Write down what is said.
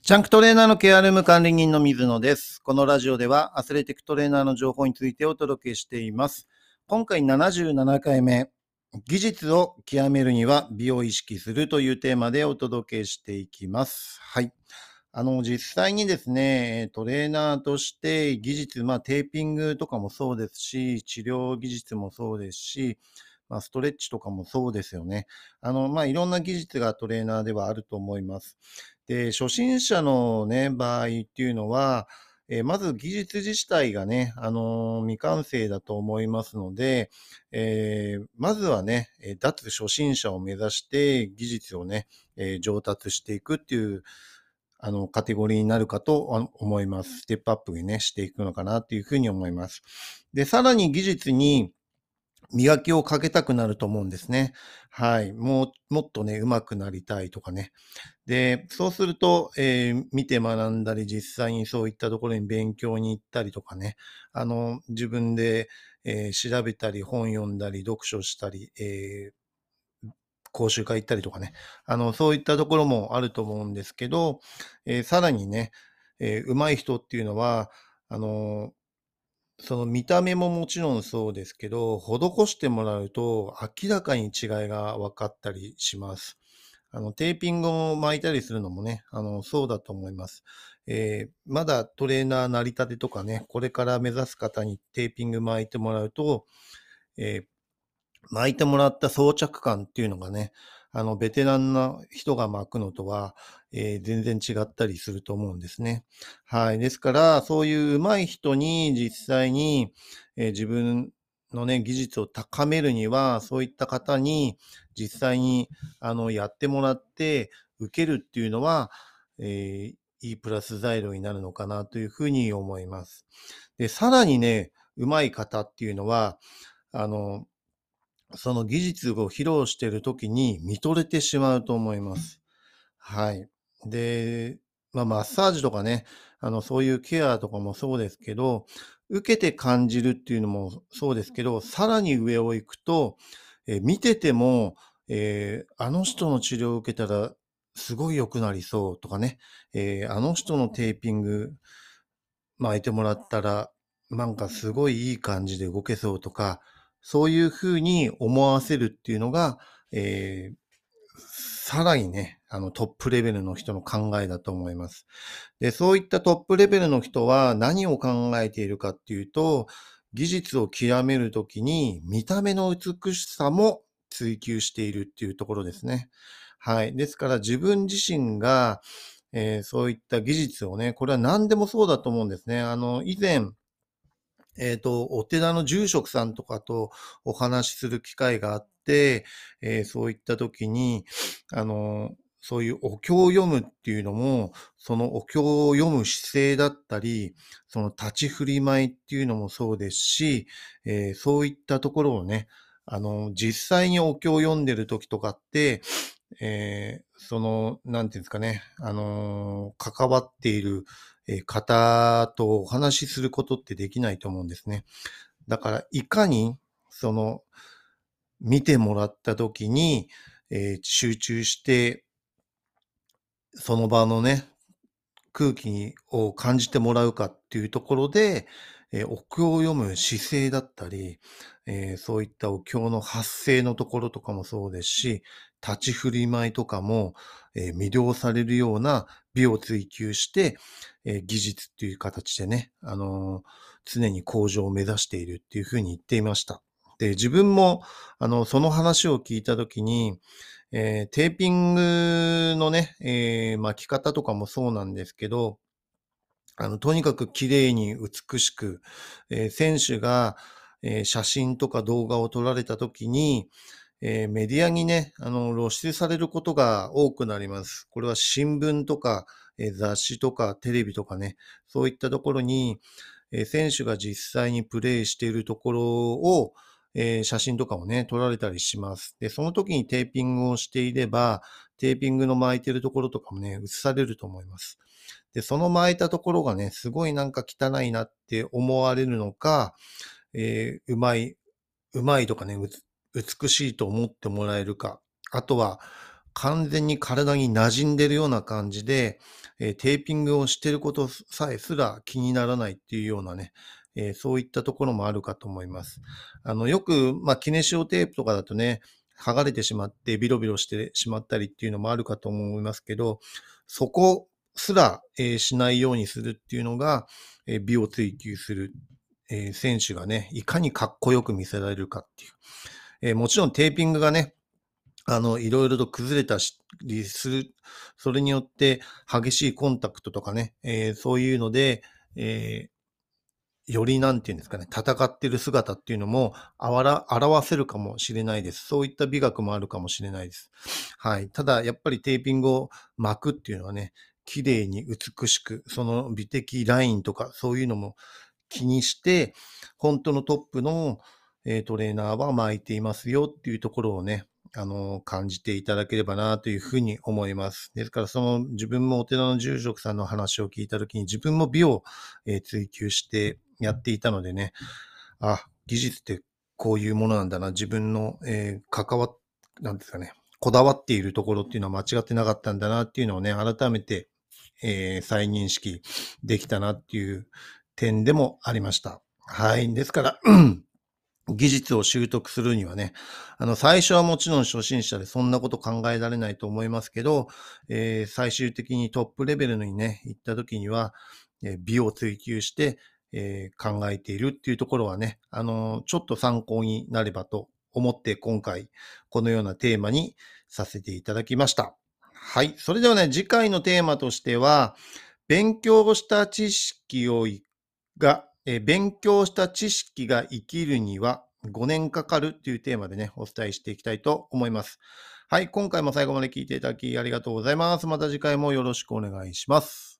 ジャンクトレーナーのケアルーム管理人の水野です。このラジオではアスレティックトレーナーの情報についてお届けしています。今回77回目、技術を極めるには美を意識するというテーマでお届けしていきます。はい。実際にですね、トレーナーとして技術、テーピングとかもそうですし、治療技術もそうですし、ストレッチとかもそうですよね。いろんな技術がトレーナーではあると思います。で、初心者のね、場合っていうのは、まず技術自体がね、未完成だと思いますので、まずはね、脱初心者を目指して技術をね、上達していくっていう、カテゴリーになるかと思います。ステップアップにね、していくのかなっていうふうに思います。で、さらに技術に磨きをかけたくなると思うんですね。はい。もっとね、上手くなりたいとかね。で、そうすると、見て学んだり、実際にそういったところに勉強に行ったりとかね、自分で、調べたり、本読んだり、読書したり、講習会行ったりとかね、そういったところもあると思うんですけど、さらにね、上手い人っていうのは、あの、その見た目ももちろんそうですけど、施してもらうと明らかに違いが分かったりします。テーピングを巻いたりするのもね、そうだと思います。まだトレーナーなりたてとかね、これから目指す方にテーピング巻いてもらうと、えー巻いてもらった装着感っていうのがね、ベテランな人が巻くのとは、全然違ったりすると思うんですね。はい。ですから、そういう上手い人に実際に、自分のね、技術を高めるには、そういった方に実際に、やってもらって受けるっていうのは、いいプラス材料になるのかなというふうに思います。で、さらにね、上手い方っていうのは、あの、その技術を披露している時に見とれてしまうと思います。はい。で、マッサージとかね、そういうケアとかもそうですけど、受けて感じるっていうのもそうですけど、さらに上を行くと、見てても、あの人の治療を受けたらすごい良くなりそうとかね、あの人のテーピング巻いてもらったら、なんかすごいいい感じで動けそうとか、そういう風に思わせるっていうのが、えーさらにね、トップレベルの人の考えだと思います。で、そういったトップレベルの人は何を考えているかっていうと、技術を極めるときに見た目の美しさも追求しているっていうところですね。はい。ですから自分自身が、そういった技術をね、これは何でもそうだと思うんですね。以前、お寺の住職さんとかとお話しする機会があって、そういった時に、あの、そういうお経を読むっていうのも、そのお経を読む姿勢だったり、その立ち振り舞いっていうのもそうですし、そういったところをね、実際にお経を読んでる時とかって、なんていうんですかね、関わっている方とお話しすることってできないと思うんですね。だから、いかに、その、見てもらった時に、集中して、その場のね、空気を感じてもらうかっていうところで、お経を読む姿勢だったり、そういったお経の発声のところとかもそうですし、立ち振り舞いとかも、魅了されるような美を追求して、技術っていう形でね、常に向上を目指しているっていうふうに言っていました。で、自分も、その話を聞いたときに、テーピングのね、巻き方とかもそうなんですけど、とにかく綺麗に美しく、選手が、写真とか動画を撮られたときに、メディアにね、露出されることが多くなります。これは新聞とか、雑誌とかテレビとかね、そういったところに、選手が実際にプレイしているところを、写真とかをね、撮られたりします。で、その時にテーピングをしていれば、テーピングの巻いてるところとかもね、映されると思います。で、その巻いたところがね、すごいなんか汚いなって思われるのか、うまいとかね、美しいと思ってもらえるか。あとは、 完全に体に馴染んでるような感じで、テーピングをしてることさえすら気にならないっていうようなね、そういったところもあるかと思います。よく、キネシオテープとかだとね、剥がれてしまってビロビロしてしまったりっていうのもあるかと思いますけど、そこすら、しないようにするっていうのが、美を追求する、選手がね、いかにかっこよく見せられるかっていう。もちろんテーピングがね、いろいろと崩れたりする、それによって激しいコンタクトとかね、そういうので、えよりなんていうんですかね、戦ってる姿っていうのも表せるかもしれないです。そういった美学もあるかもしれないです。はい。ただ、やっぱりテーピングを巻くっていうのはね、綺麗に美しく、その美的ラインとか、そういうのも気にして、本当のトップの、トレーナーは巻いていますよっていうところをね、感じていただければなというふうに思います。ですから、自分もお寺の住職さんの話を聞いたときに、自分も美を、追求してやっていたのでね、技術ってこういうものなんだな、自分の、なんですかね、こだわっているところっていうのは間違ってなかったんだなっていうのをね、改めて、再認識できたなっていう点でもありました。はい。ですから、技術を習得するにはね、最初はもちろん初心者でそんなこと考えられないと思いますけど、最終的にトップレベルにね、行った時には、美を追求して、考えているっていうところはね、ちょっと参考になればと思って今回このようなテーマにさせていただきました。はい。それではね、次回のテーマとしては、勉強した知識を勉強した知識が生きるには5年かかるというテーマでね、お伝えしていきたいと思います。はい、今回も最後まで聞いていただきありがとうございます。また次回もよろしくお願いします。